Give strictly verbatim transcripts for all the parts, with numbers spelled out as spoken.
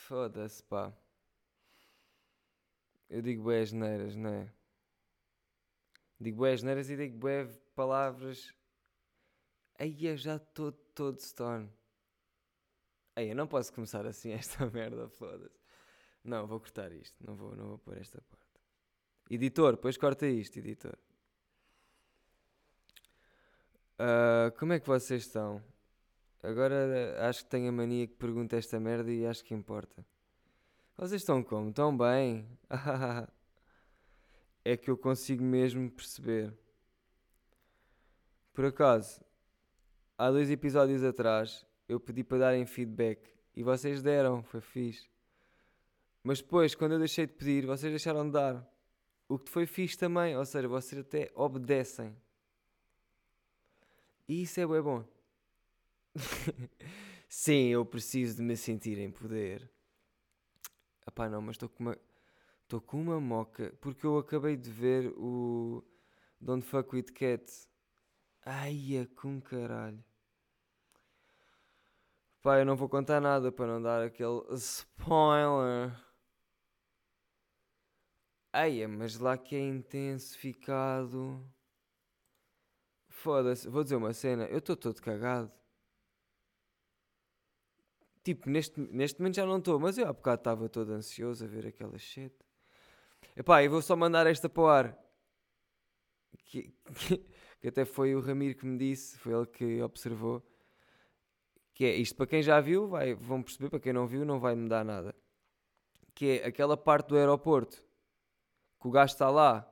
Foda-se, pá. Eu digo bué asneiras, não é? Digo bué asneiras e digo bué palavras. Aí eu já estou todo stone. Aí eu não posso começar assim esta merda, foda-se. Não, vou cortar isto. Não vou, não vou pôr esta parte. Editor, depois corta isto, editor. Ah, como é que vocês estão? Agora acho que tenho a mania que pergunta esta merda e acho que importa. Vocês estão como? Estão bem? É que eu consigo mesmo perceber. Por acaso, há dois episódios atrás, eu pedi para darem feedback e vocês deram, foi fixe. Mas depois, quando eu deixei de pedir, vocês deixaram de dar. O que foi fixe também, ou seja, vocês até obedecem. E isso é bué bom. Sim, eu preciso de me sentir em poder. Epá, não, mas estou com uma... Estou com uma moca, porque eu acabei de ver o Don't Fuck With Cats. Ai, é com caralho. Pá, eu não vou contar nada para não dar aquele spoiler. Ai, mas lá que é intensificado. Foda-se, vou dizer uma cena, eu estou todo cagado. Tipo, neste, neste momento já não estou, mas eu há bocado estava todo ansioso a ver aquela shit. Epá, eu vou só mandar esta para o ar. Que, que, que até foi o Ramiro que me disse, foi ele que observou. Que é, isto para quem já viu, vai, vão perceber, para quem não viu não vai me dar nada. Que é aquela parte do aeroporto, que o gajo está lá.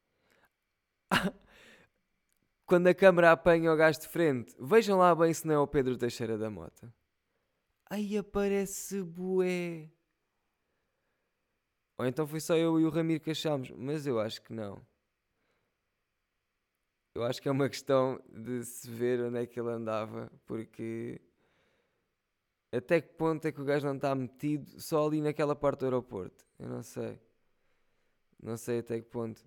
Quando a câmara apanha o gajo de frente, vejam lá bem se não é o Pedro Teixeira da Mota. Aí aparece bué. Ou então foi só eu e o Ramiro que achámos, mas eu acho que não. Eu acho que é uma questão de se ver onde é que ele andava, porque até que ponto é que o gajo não está metido só ali naquela parte do aeroporto? Eu não sei. Não sei até que ponto.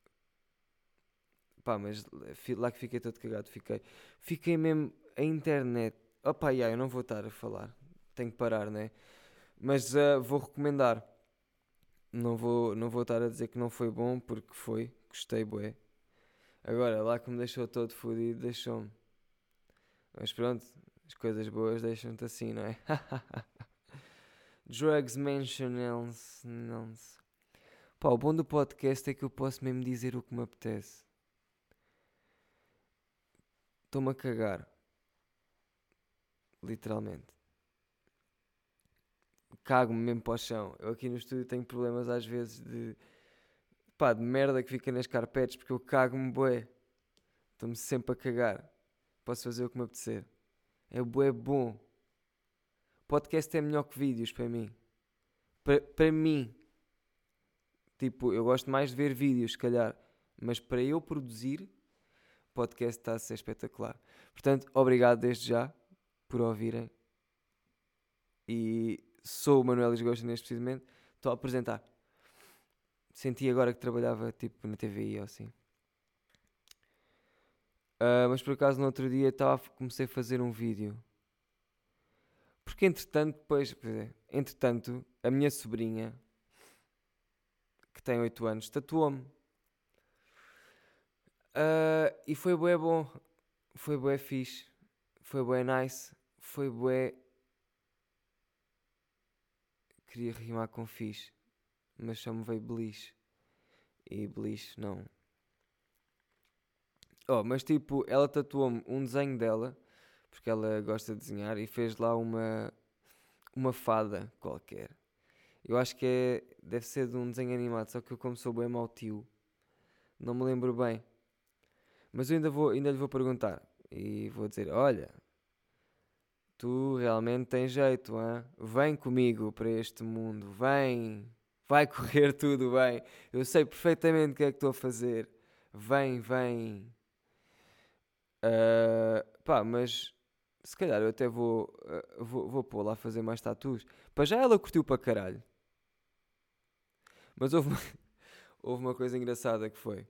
Pá, mas lá que fiquei todo cagado, fiquei. Fiquei mesmo a internet. Opa, yeah, eu não vou estar a falar. Tenho que parar, né? Mas uh, vou recomendar. Não vou, não vou estar a dizer que não foi bom, porque foi. Gostei, bué. Agora, lá que me deixou todo fodido, deixou-me. Mas pronto, as coisas boas deixam-te assim, não é? Drugs mentionance. Pá, o bom do podcast é que eu posso mesmo dizer o que me apetece. Estou-me a cagar. Literalmente. Cago-me mesmo para o chão. Eu aqui no estúdio tenho problemas às vezes de... Pá, de merda que fica nas carpetes porque eu cago-me bué. Estou-me sempre a cagar. Posso fazer o que me apetecer. É bué bom. Podcast é melhor que vídeos para mim. Para, para mim. Tipo, eu gosto mais de ver vídeos, se calhar. Mas para eu produzir, podcast está a ser espetacular. Portanto, obrigado desde já por ouvirem. E sou o Manuel Lisgosta neste precisamente. Estou a apresentar. Senti agora que trabalhava tipo na T V I ou assim. Uh, mas por acaso no outro dia tava, comecei a fazer um vídeo. Porque entretanto, depois, é, entretanto, a minha sobrinha, que tem oito anos, tatuou-me. Uh, e foi bué bom. Foi bué fixe. Foi bué nice. Foi bué... Queria rimar com fixe. Mas só me veio beliche. E beliche não. Oh, mas tipo, ela tatuou-me um desenho dela, porque ela gosta de desenhar, e fez lá uma, uma fada qualquer. Eu acho que é, deve ser de um desenho animado, só que eu como sou bem mau tio, não me lembro bem. Mas eu ainda, vou, ainda lhe vou perguntar, e vou dizer, olha, tu realmente tens jeito, hein? Vem comigo para este mundo, vem, vai correr tudo bem. Eu sei perfeitamente o que é que estou a fazer. Vem, vem. Uh, pá, mas se calhar eu até vou, uh, vou, vou pô-la a fazer mais tatus. Para já ela curtiu para caralho. Mas houve uma, houve uma coisa engraçada que foi.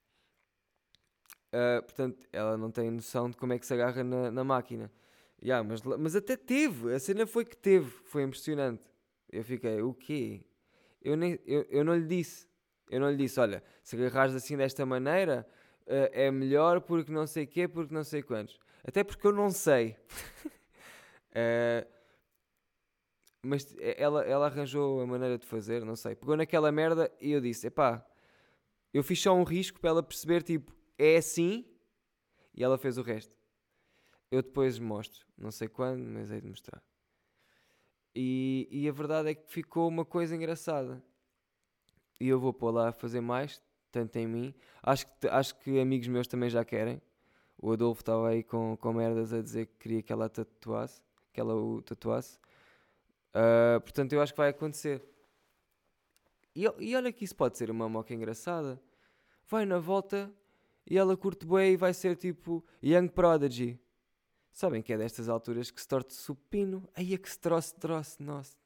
Uh, portanto, ela não tem noção de como é que se agarra na, na máquina. Yeah, mas, mas até teve. A cena foi que teve. Foi impressionante. Eu fiquei, o quê? Eu, nem, eu, eu não lhe disse. Eu não lhe disse, olha, se agarrares assim desta maneira, eh, é melhor porque não sei quê, porque não sei quantos. Até porque eu não sei. Eh, mas ela, ela arranjou a maneira de fazer, não sei. Pegou naquela merda e eu disse, epá, eu fiz só um risco para ela perceber, tipo, é assim, e ela fez o resto. Eu depois mostro, não sei quando, mas hei de mostrar. E, e a verdade é que ficou uma coisa engraçada. E eu vou pôr lá a fazer mais, tanto em mim. Acho que, acho que amigos meus também já querem. O Adolfo estava aí com, com merdas a dizer que queria que ela tatuasse, que ela o tatuasse. Ah, portanto, eu acho que vai acontecer. E, e olha que isso pode ser uma moca engraçada. Vai na volta e ela curte bué e vai ser tipo Young Prodigy. Sabem que é destas alturas que se torce supino. Aí é que se troce, troce, nossa.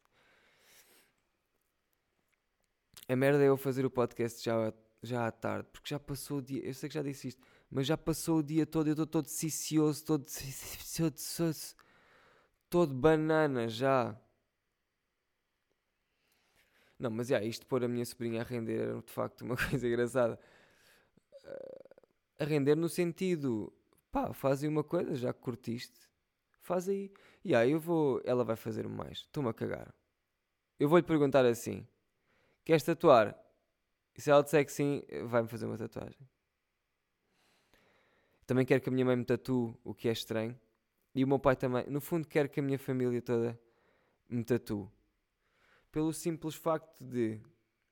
A merda é eu fazer o podcast já, já à tarde, porque já passou o dia, eu sei que já disse isto, mas já passou o dia todo, eu estou todo cicioso, todo cicioso, todo banana já. Não, mas já, isto de pôr a minha sobrinha a render era de facto uma coisa engraçada. A render no sentido, pá, faz aí uma coisa, já que curtiste, faz aí. E aí eu vou, ela vai fazer mais, estou-me a cagar. Eu vou-lhe perguntar assim, queres tatuar? E se ela disser que sim, vai-me fazer uma tatuagem. Também quero que a minha mãe me tatue, o que é estranho. E o meu pai também. No fundo, quero que a minha família toda me tatue. Pelo simples facto de.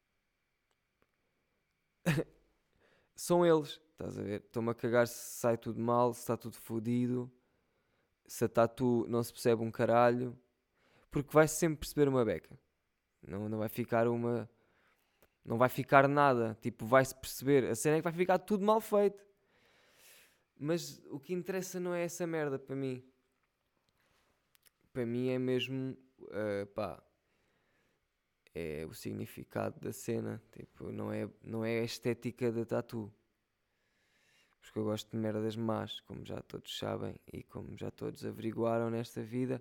São eles, estás a ver? Estou-me a cagar se sai tudo mal, se está tudo fodido, se a tatu não se percebe um caralho. Porque vai sempre perceber uma beca. Não, não vai ficar uma. Não vai ficar nada. Tipo, vai-se perceber. A cena é que vai ficar tudo mal feito. Mas o que interessa não é essa merda para mim. Para mim é mesmo. Uh, pá. É o significado da cena. Tipo, não é, não é a estética da tatu. Porque eu gosto de merdas más, como já todos sabem e como já todos averiguaram nesta vida.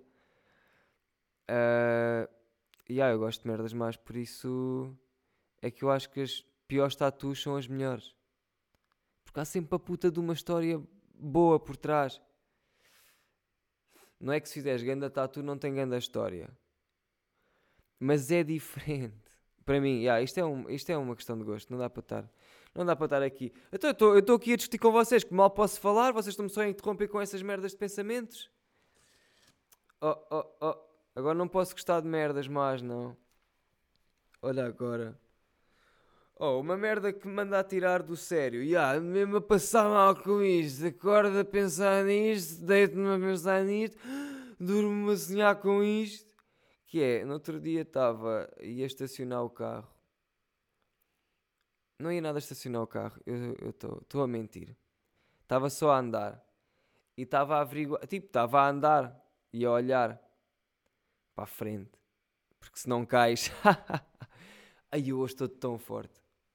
Uh, e yeah, eu gosto de merdas más, por isso é que eu acho que as piores tatus são as melhores. Porque há sempre a puta de uma história boa por trás. Não é que se fizeres ganda tatu não tem ganda história. Mas é diferente. Para mim, yeah, isto, é um, isto é uma questão de gosto. Não dá para estar. Não dá para estar aqui. Então, eu estou aqui a discutir com vocês que mal posso falar. Vocês estão-me só a interromper com essas merdas de pensamentos. Oh, oh, oh. Agora não posso gostar de merdas más, não. Olha agora. Oh, uma merda que me manda a tirar do sério. Ya, yeah, mesmo a passar mal com isto. Acordo a pensar nisto, deito-me a pensar nisto, durmo-me a sonhar com isto. Que é, no outro dia estava, ia estacionar o carro. Não ia nada estacionar o carro, eu estou a mentir. Estava só a andar. E estava a averiguar, tipo, estava a andar e a olhar para a frente. Porque se não cais... Ai, eu hoje estou tão forte.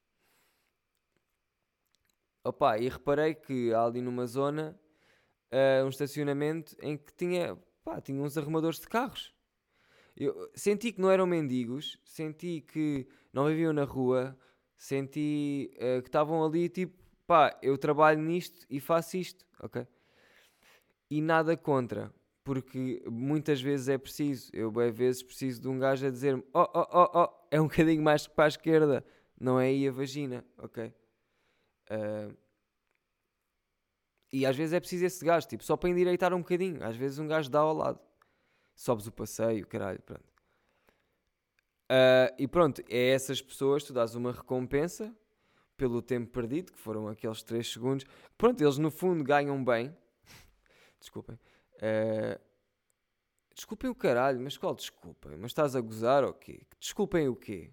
Opa, e reparei que há ali numa zona uh, um estacionamento em que tinha, pá, tinha uns arrumadores de carros. Eu senti que não eram mendigos, senti que não viviam na rua, senti uh, que estavam ali tipo, pá, eu trabalho nisto e faço isto, ok? E nada contra, porque muitas vezes é preciso, eu bem vezes preciso de um gajo a dizer-me, oh, oh, oh, oh, é um bocadinho mais para a esquerda, não é aí a vagina, ok? Uh, e às vezes é preciso esse gajo, tipo, só para endireitar um bocadinho. Às vezes um gajo dá ao lado. Sobes o passeio, caralho, pronto. Uh, e pronto, é essas pessoas, tu dás uma recompensa pelo tempo perdido, que foram aqueles três segundos. Pronto, eles no fundo ganham bem. Desculpem. Uh, desculpem o caralho, mas qual desculpem? Mas estás a gozar ou okay? Quê? Desculpem o quê?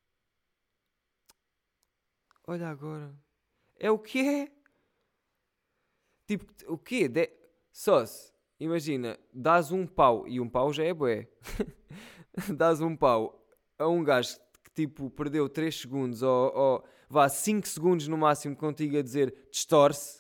Olha agora. É o que é? Tipo, o quê? De... Só-se, imagina, dás um pau, e um pau já é bué. Dás um pau a um gajo que tipo perdeu três segundos ou, ou vá cinco segundos no máximo contigo a dizer distorce,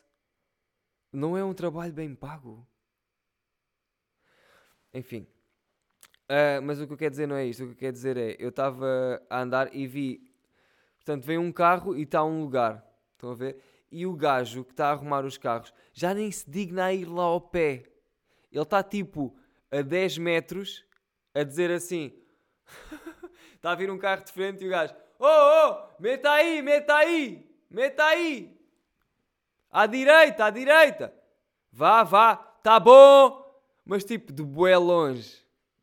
não é um trabalho bem pago. Enfim, Ah, mas o que eu quero dizer não é isto. O que eu quero dizer é, eu estava a andar e vi, portanto, vem um carro e está a um lugar. Estão a ver? E o gajo que está a arrumar os carros já nem se digna a ir lá ao pé. Ele está tipo a dez metros a dizer assim: está a vir um carro de frente e o gajo: Oh, oh, meta aí, meta aí, meta aí, à direita, à direita, vá, vá, tá bom, mas tipo de bué longe.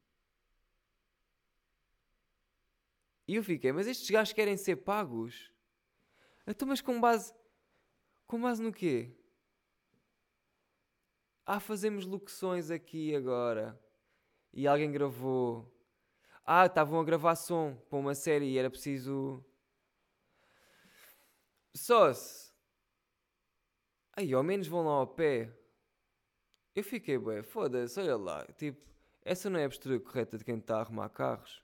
E eu fiquei: mas estes gajos querem ser pagos? Então, mas com base, com base no quê? Ah, fazemos locuções aqui agora. E alguém gravou. Ah, estavam a gravar som para uma série e era preciso. Só se. Aí, ao menos vão lá ao pé. Eu fiquei, bué, foda-se, olha lá. Tipo, essa não é a postura correta de quem está a arrumar carros.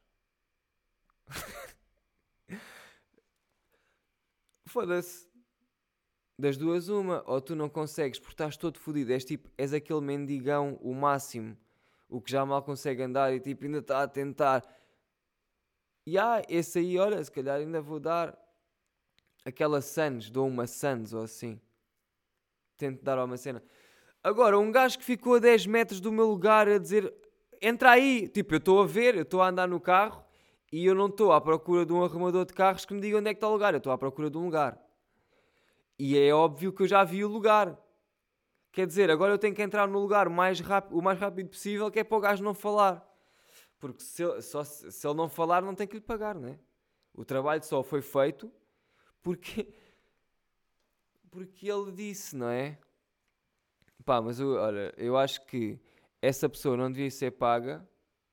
Foda-se. Das duas, uma. Ou tu não consegues porque estás todo fodido. És tipo, és aquele mendigão, o máximo. O que já mal consegue andar e tipo, ainda está a tentar. E ah, esse aí, olha, se calhar ainda vou dar aquela Sans, dou uma Sans ou assim. Tento dar uma cena. Agora, um gajo que ficou a dez metros do meu lugar a dizer: entra aí. Tipo, eu estou a ver, eu estou a andar no carro e eu não estou à procura de um arrumador de carros que me diga onde é que está o lugar. Eu estou à procura de um lugar. E é óbvio que eu já vi o lugar. Quer dizer, agora eu tenho que entrar no lugar mais rápido, o mais rápido possível, que é para o gajo não falar. Porque se, ele- só, se se ele não falar, não tem que lhe pagar, né? O trabalho só foi feito porque, porque ele disse, não é? Pá, mas eu, olha, eu acho que essa pessoa não devia ser paga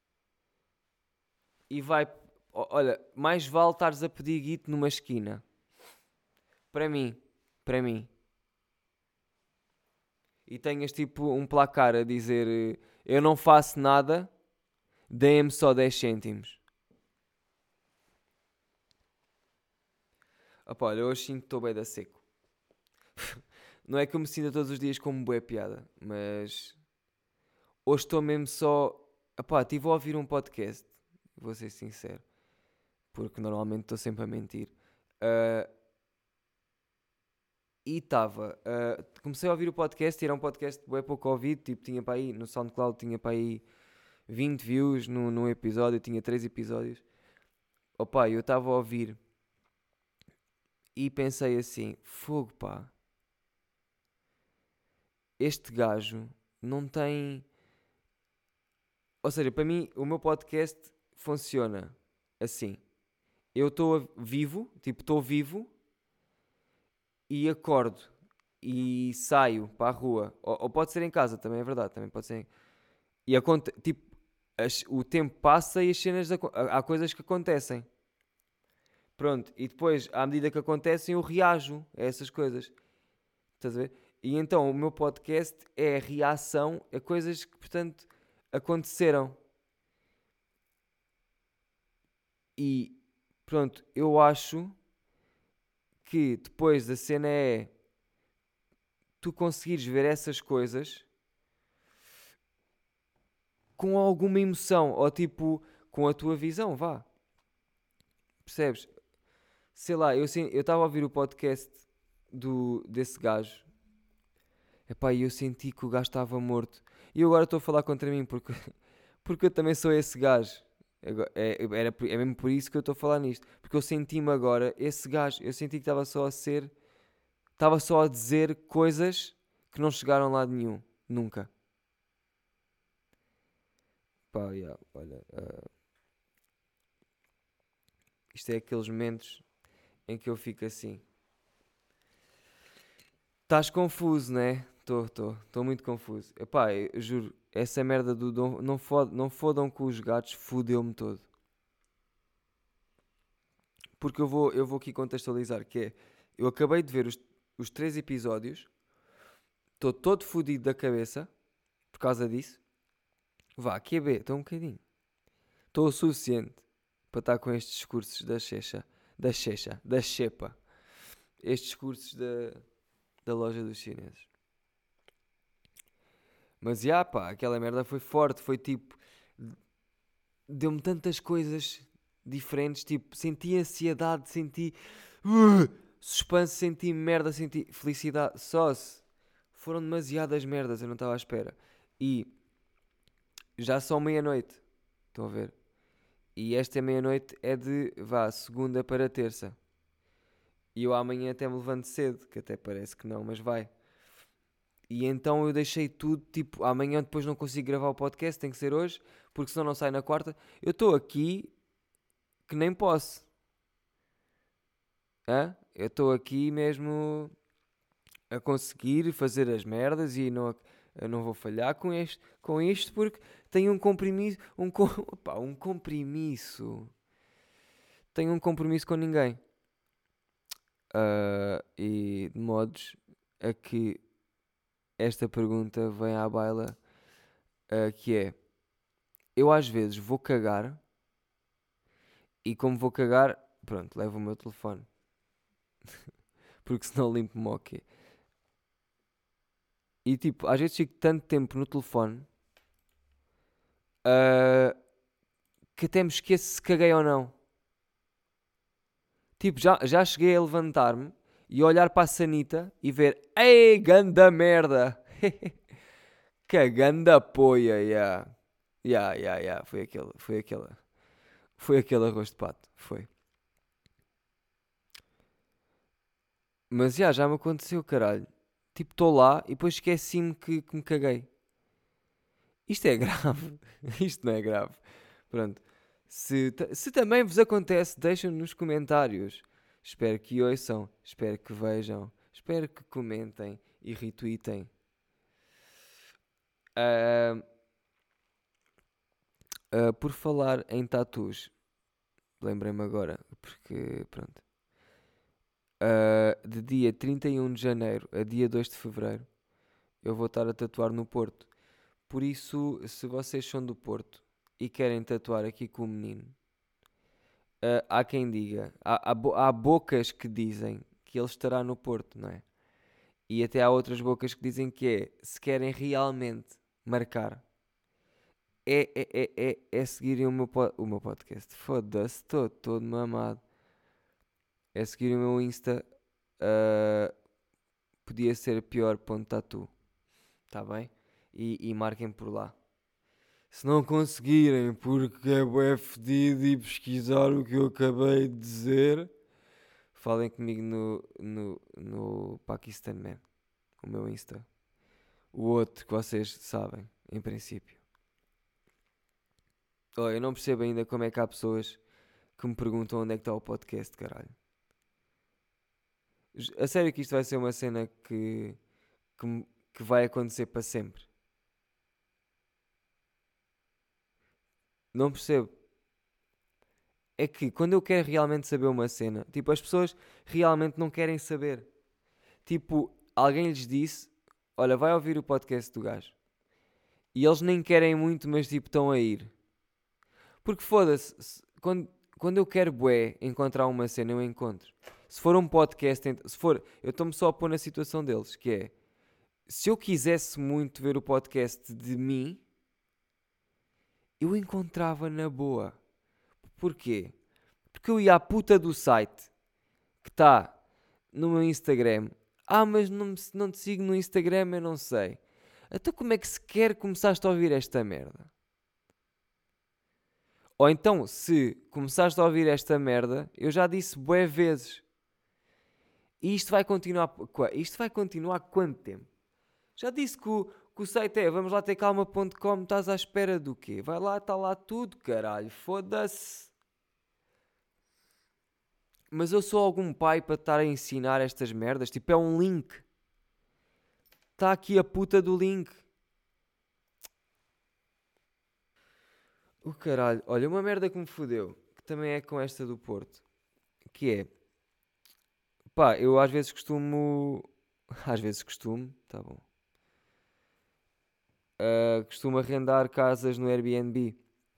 e vai. o- Olha, mais vale estares a pedir guito numa esquina. Para mim. Para mim. E tenhas tipo um placar a dizer: eh, eu não faço nada, deem-me só dez cêntimos. Opá, olha, hoje sinto que estou bem da seco. Não é que eu me sinta todos os dias como bué piada, mas hoje estou mesmo só. Opá, estive a ouvir um podcast, vou ser sincero, porque normalmente estou sempre a mentir. Ah, e estava. ah, comecei a ouvir o podcast e era um podcast bué pouco ouvido, tipo, tinha para aí, no SoundCloud tinha para aí vinte views no, num episódio, tinha três episódios. Opá, eu estava a ouvir e pensei assim: fogo pá, este gajo não tem. Ou seja, para mim, o meu podcast funciona assim. Eu estou vivo, tipo, estou vivo e acordo e saio para a rua. Ou, ou pode ser em casa, também é verdade, também pode ser. E aconte, tipo, as- o tempo passa e as cenas, aco- há há coisas que acontecem. Pronto, e depois, à medida que acontecem, eu reajo a essas coisas. Estás a ver? E então o meu podcast é a reação a coisas que, portanto, aconteceram. E pronto, eu acho que depois a cena é tu conseguires ver essas coisas com alguma emoção, ou tipo, com a tua visão, vá. Percebes? Sei lá, eu sen- eu estava a ouvir o podcast do, desse gajo. Epá, e eu senti que o gajo estava morto. E eu agora estou a falar contra mim porque, porque eu também sou esse gajo. Agora- É, era, por- é mesmo por isso que eu estou a falar nisto. Porque eu senti-me agora esse gajo. Eu senti que estava só a ser. Estava só a dizer coisas que não chegaram a lado nenhum. Nunca. Pá, yeah, olha. ah, isto é aqueles momentos em que eu fico assim. Estás confuso, né? Estou, estou. Estou muito confuso. Epá, eu juro. Essa merda do dom- não, fod, não fodam com os gatos fudeu-me todo. Porque eu vou, eu vou aqui contextualizar, que é, eu acabei de ver os, os três episódios, estou todo fodido da cabeça, por causa disso. Vá, Q B, estou um bocadinho. Estou o suficiente para estar com estes discursos da Checha, da Checha, da Chepa. Estes discursos da, da loja dos chineses. Mas, já pá, aquela merda foi forte, foi tipo, deu-me tantas coisas diferentes, tipo, senti ansiedade, senti uh, suspense, senti merda, senti felicidade, só se foram demasiadas merdas, eu não estava à espera. E já são meia-noite, estão a ver? E esta meia-noite é de, vá, segunda para terça. E eu amanhã até me levanto cedo, que até parece que não, mas vai. E então eu deixei tudo, tipo, amanhã depois não consigo gravar o podcast, tem que ser hoje, porque senão não sai na quarta. Eu estou aqui que nem posso. Hã? Eu estou aqui mesmo a conseguir fazer as merdas e não, eu não vou falhar com isto, com isto porque tenho um compromisso, um, com, opá, um compromisso. Tenho um compromisso com ninguém. Ah, e de modos a que esta pergunta vem à baila, ah, que é, eu às vezes vou cagar e como vou cagar, pronto, levo o meu telefone. Porque senão limpo-me o quê? E tipo, às vezes fico tanto tempo no telefone, ah, que até me esqueço se caguei ou não. Tipo, já, já cheguei a levantar-me e olhar para a sanita e ver, ei, ganda merda! Que ganda poia, ya. Ya, ya, ya, foi aquele, foi aquele, foi aquele arroz de pato, foi. Mas já, já me aconteceu, caralho. Tipo, estou lá e depois esqueci-me que, que me caguei. Isto é grave. Isto não é grave. Pronto. Se, ta- se também vos acontece, deixem nos comentários. Espero que ouçam, espero que vejam, espero que comentem e retweetem. Ah, ah, por falar em tatus, lembrei-me agora, porque pronto. Ah, de dia trinta e um de janeiro a dia dois de fevereiro, eu vou estar a tatuar no Porto. Por isso, se vocês são do Porto e querem tatuar aqui com o menino, ah, há quem diga, há, há, bo- há bocas que dizem que ele estará no Porto, não é? E até há outras bocas que dizem que é, se querem realmente marcar, é, é, é, é, é seguirem o meu, po- o meu podcast. Foda-se, estou todo mamado. É seguirem o meu Insta, ah, podia ser pior ponto tatu, tá bem? E, e marquem por lá. Se não conseguirem, porque é bué fedido e pesquisar o que eu acabei de dizer, falem comigo no, no, no Pakistan Man, o meu Insta. O outro que vocês sabem, em princípio. Oh, eu não percebo ainda como é que há pessoas que me perguntam onde é que está o podcast, caralho. J- A sério que isto vai ser uma cena que, que, me- que vai acontecer para sempre. Não percebo. É que quando eu quero realmente saber uma cena, tipo, as pessoas realmente não querem saber. Tipo, alguém lhes disse: olha, vai ouvir o podcast do gajo. E eles nem querem muito, mas tipo, estão a ir. Porque foda-se, se- quando, quando eu quero bué encontrar uma cena, eu encontro. Se for um podcast, ent- se for, eu estou-me só a pôr na situação deles, que é, se eu quisesse muito ver o podcast de mim, eu encontrava na boa. Porquê? Porque eu ia à puta do site que está no meu Instagram. Ah, mas não, me- não te sigo no Instagram, eu não sei. Então como é que sequer começaste a ouvir esta merda? Ou então, se começaste a ouvir esta merda, eu já disse bué vezes. E isto vai continuar... qua- Isto vai continuar quanto tempo? Já disse que o, que o site é vamos lá ter calma ponto com, estás à espera do quê? Vai lá, está lá tudo, caralho, foda-se. Mas eu sou algum pai para estar a ensinar estas merdas? Tipo, é um link. Está aqui a puta do link. O caralho. Olha, uma merda que me fodeu, que também é com esta do Porto, que é, pá, eu às vezes costumo, às vezes costumo, tá bom, ah, costumo arrendar casas no Airbnb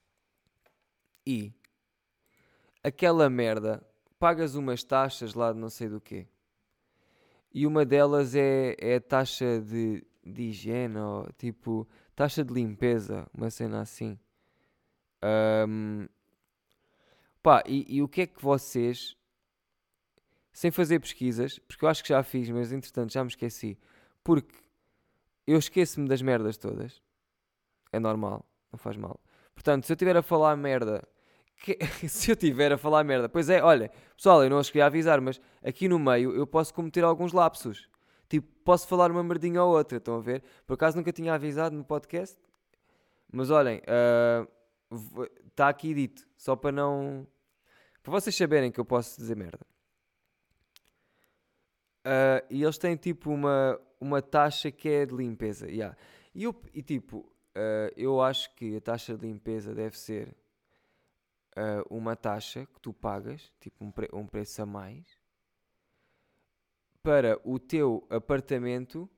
e aquela merda, pagas umas taxas lá de não sei do quê. E uma delas é, é a taxa de, de higiene, ou tipo, taxa de limpeza, uma cena assim. Ahm, pá, e, e o que é que vocês, sem fazer pesquisas, porque eu acho que já fiz, mas entretanto já me esqueci, porque eu esqueço-me das merdas todas, é normal, não faz mal. Portanto, se eu estiver a falar merda, que- se eu estiver a falar merda, pois é, olha, pessoal, eu não os queria avisar, mas aqui no meio eu posso cometer alguns lapsos. Tipo, posso falar uma merdinha ou outra, estão a ver? Por acaso nunca tinha avisado no podcast, mas olhem, está aqui dito, só para não. Para vocês saberem que eu posso dizer merda. Ah, e eles têm tipo uma, uma taxa que é de limpeza. Yeah. E, eu, e tipo, ah, eu acho que a taxa de limpeza deve ser ah, uma taxa que tu pagas, tipo um, pre- um preço a mais, para o teu apartamento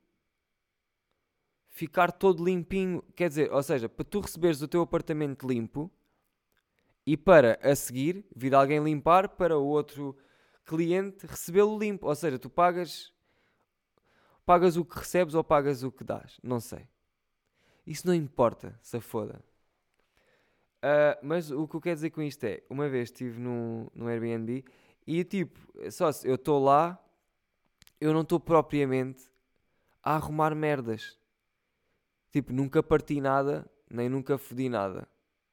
ficar todo limpinho. Quer dizer, ou seja, para tu receberes o teu apartamento limpo e para a seguir vir alguém limpar para o outro cliente recebê-lo limpo. Ou seja, tu pagas, pagas o que recebes ou pagas o que dás. Não sei. Isso não importa, se foda. Ah, mas o que eu quero dizer com isto é, uma vez estive no, no Airbnb e tipo, só se eu estou lá, eu não estou propriamente a arrumar merdas. Tipo, nunca parti nada, nem nunca fodi nada.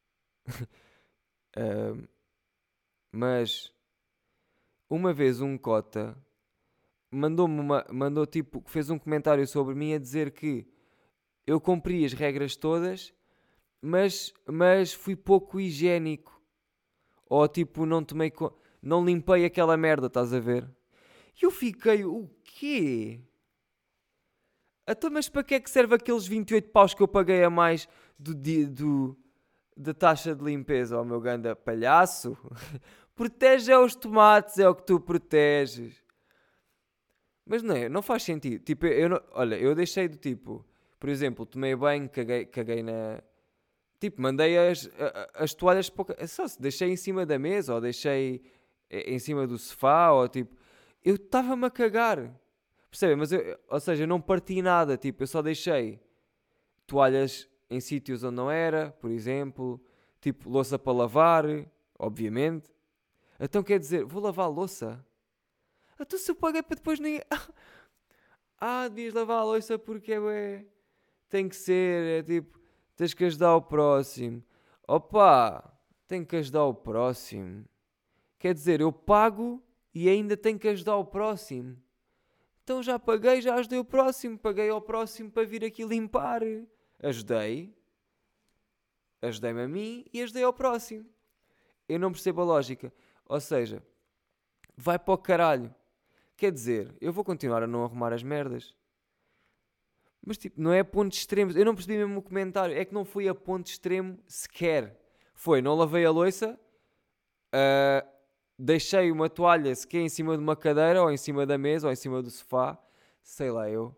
Ah, mas uma vez um cota mandou-me uma, mandou tipo, fez um comentário sobre mim a dizer que eu cumpri as regras todas, mas, mas fui pouco higiênico. Ou tipo, não tomei, co- não limpei aquela merda, estás a ver? E eu fiquei, o quê? Então, mas para que é que serve aqueles vinte e oito paus que eu paguei a mais do, di- do, da taxa de limpeza, ó meu ganda palhaço? Protege é os tomates, é o que tu proteges. Mas não é, não faz sentido. Tipo, eu não- olha, eu deixei do tipo, por exemplo, tomei banho, caguei, caguei na. Tipo, mandei as, a- a- as toalhas para o ca- só se deixei em cima da mesa ou deixei eh, em cima do sofá ou tipo, eu estava-me a cagar. Percebem? Mas eu, ou seja, eu não parti nada, tipo, eu só deixei toalhas em sítios onde não era, por exemplo, tipo, louça para lavar, obviamente. Então quer dizer, vou lavar a louça? Então se eu paguei para depois nem. Ah, devias lavar a louça porque é bué. Tem que ser, é tipo, tens que ajudar o próximo. Opa, tenho que ajudar o próximo. Quer dizer, eu pago e ainda tenho que ajudar o próximo. Então já paguei, já ajudei o próximo. Paguei ao próximo para vir aqui limpar. Ajudei, ajudei-me a mim e ajudei ao próximo. Eu não percebo a lógica. Ou seja, vai para o caralho. Quer dizer, eu vou continuar a não arrumar as merdas. Mas tipo, não é a pontos extremos. Eu não percebi mesmo o comentário. É que não foi a ponto extremo sequer. Foi, não lavei a louça, ah, deixei uma toalha sequer em cima de uma cadeira, ou em cima da mesa, ou em cima do sofá. Sei lá eu.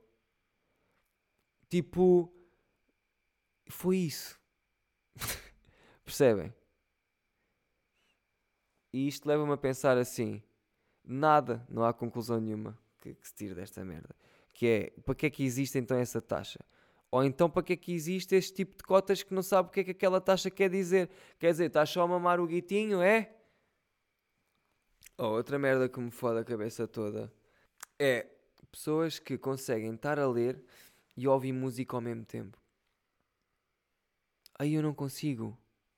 Tipo, foi isso. Percebem? E isto leva-me a pensar assim: nada, não há conclusão nenhuma que, que se tire desta merda. Que é, para que é que existe então essa taxa? Ou então para que é que existe este tipo de cotas que não sabe o que é que aquela taxa quer dizer? Quer dizer, estás só a mamar o guitinho, é? Ou outra merda que me fode a cabeça toda é pessoas que conseguem estar a ler e ouvir música ao mesmo tempo. Aí eu não consigo.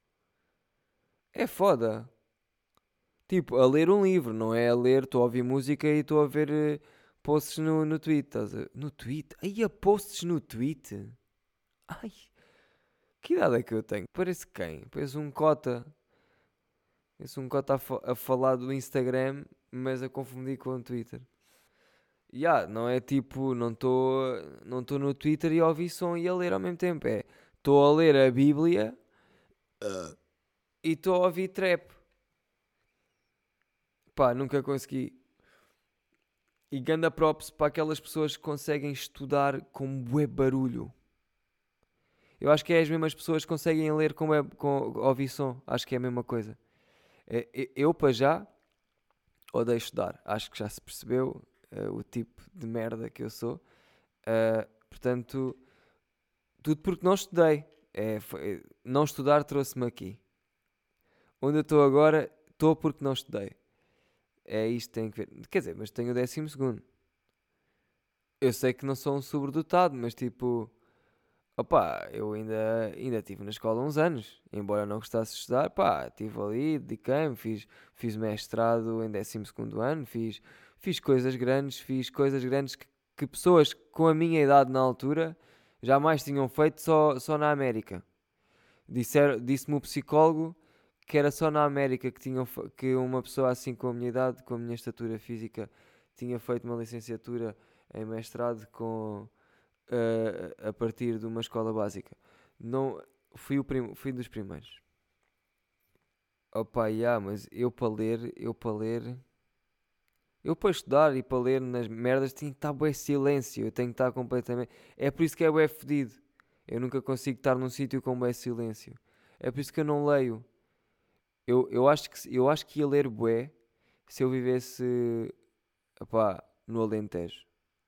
É foda. Tipo, a ler um livro, não é a ler, estou a ouvir música e estou a ver eh, posts no, no Twitter. Estás a- No Twitter? Aí há posts no Twitter? Ai, que idade é que eu tenho? Parece quem? Parece um cota. Parece um cota a, fa- a falar do Instagram, mas a confundir com o Twitter. Ya, não é tipo, não estou não estou no Twitter e a ouvir som e a ler ao mesmo tempo. É, estou a ler a Bíblia e estou a ouvir trap. Pá, nunca consegui. E ganda props para aquelas pessoas que conseguem estudar com bué barulho. Eu acho que é as mesmas pessoas que conseguem ler com, bué- com ouvir som. Acho que é a mesma coisa. É, e- eu, para já, odeio estudar. Acho que já se percebeu eh, o tipo de merda que eu sou. Ah, portanto, tudo porque não estudei. É, foi- não estudar trouxe-me aqui. Onde eu estou agora, estou porque não estudei. É isto que tem que ver. Quer dizer, mas tenho o décimo segundo. Eu sei que não sou um sobredotado, mas tipo, opá, eu ainda, ainda estive na escola uns anos, embora não gostasse de estudar, pá, estive ali, dediquei-me, fiz, fiz mestrado em décimo segundo ano, fiz, fiz coisas grandes, fiz coisas grandes que, que pessoas com a minha idade na altura jamais tinham feito só, só na América. Disser, disse-me o psicólogo que era só na América que, tinham, fe- que uma pessoa assim com a minha idade, com a minha estatura física, tinha feito uma licenciatura em mestrado com, eh, a partir de uma escola básica. Não, fui, o prim, fui um dos primeiros. Opa, yeah, mas eu para ler, eu para ler, eu para estudar e para ler nas merdas tinha que estar bué silêncio, eu tenho que estar completamente. É por isso que é bué fedido. Eu nunca consigo estar num sítio com bué silêncio. É por isso que eu não leio. Eu, eu, acho que, se- eu acho que ia ler bué se eu vivesse, opá, no Alentejo.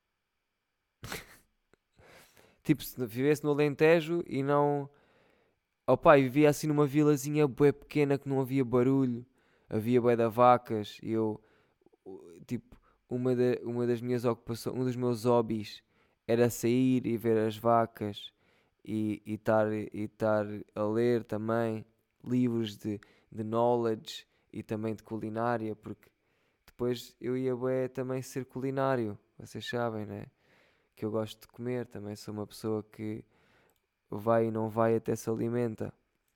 Tipo, se vivesse no Alentejo e não. Opá, e vivia assim numa vilazinha bué pequena que não havia barulho, havia bué de vacas e eu, o- tipo, uma, da, uma das minhas ocupações, um dos meus hobbies era sair e ver as vacas e estar e estar a ler também livros de, de knowledge e também de culinária, porque depois eu ia bué também ser culinário, vocês sabem, né? Que eu gosto de comer, também sou uma pessoa que vai e não vai até se alimenta.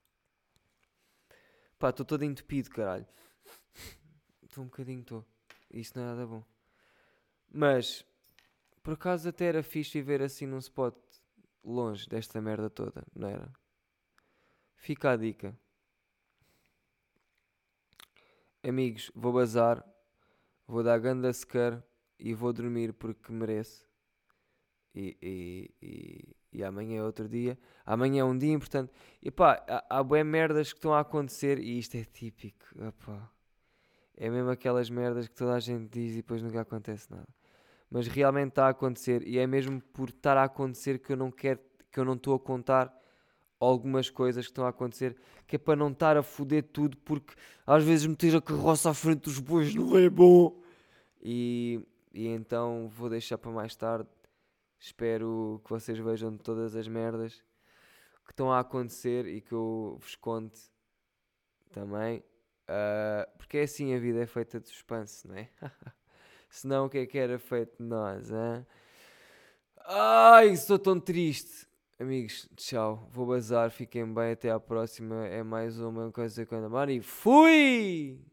Pá, estou todo entupido, caralho. Estou um bocadinho, estou. Isto não é nada bom. Mas, por acaso até era fixe viver assim num spot longe desta merda toda, não era? Fica a dica. Amigos, vou bazar, vou dar ganda secar e vou dormir porque mereço. E, e, e, e amanhã é outro dia. Amanhã é um dia importante. E pá, há, há bué merdas que estão a acontecer e isto é típico. Epá, é mesmo aquelas merdas que toda a gente diz e depois nunca acontece nada. Mas realmente está a acontecer e é mesmo por estar a acontecer que eu não quero, que eu não estou a contar algumas coisas que estão a acontecer, que é para não estar a foder tudo, porque às vezes meter a carroça à frente dos bois não é bom. E, e então vou deixar para mais tarde. Espero que vocês vejam todas as merdas que estão a acontecer e que eu vos conte também. Ah, porque é assim, a vida é feita de suspense, não é? Senão o que é que era feito de nós, hein? Ai, estou tão triste. Amigos, tchau. Vou bazar, fiquem bem, até à próxima. É mais uma coisa com a Mari. Fui!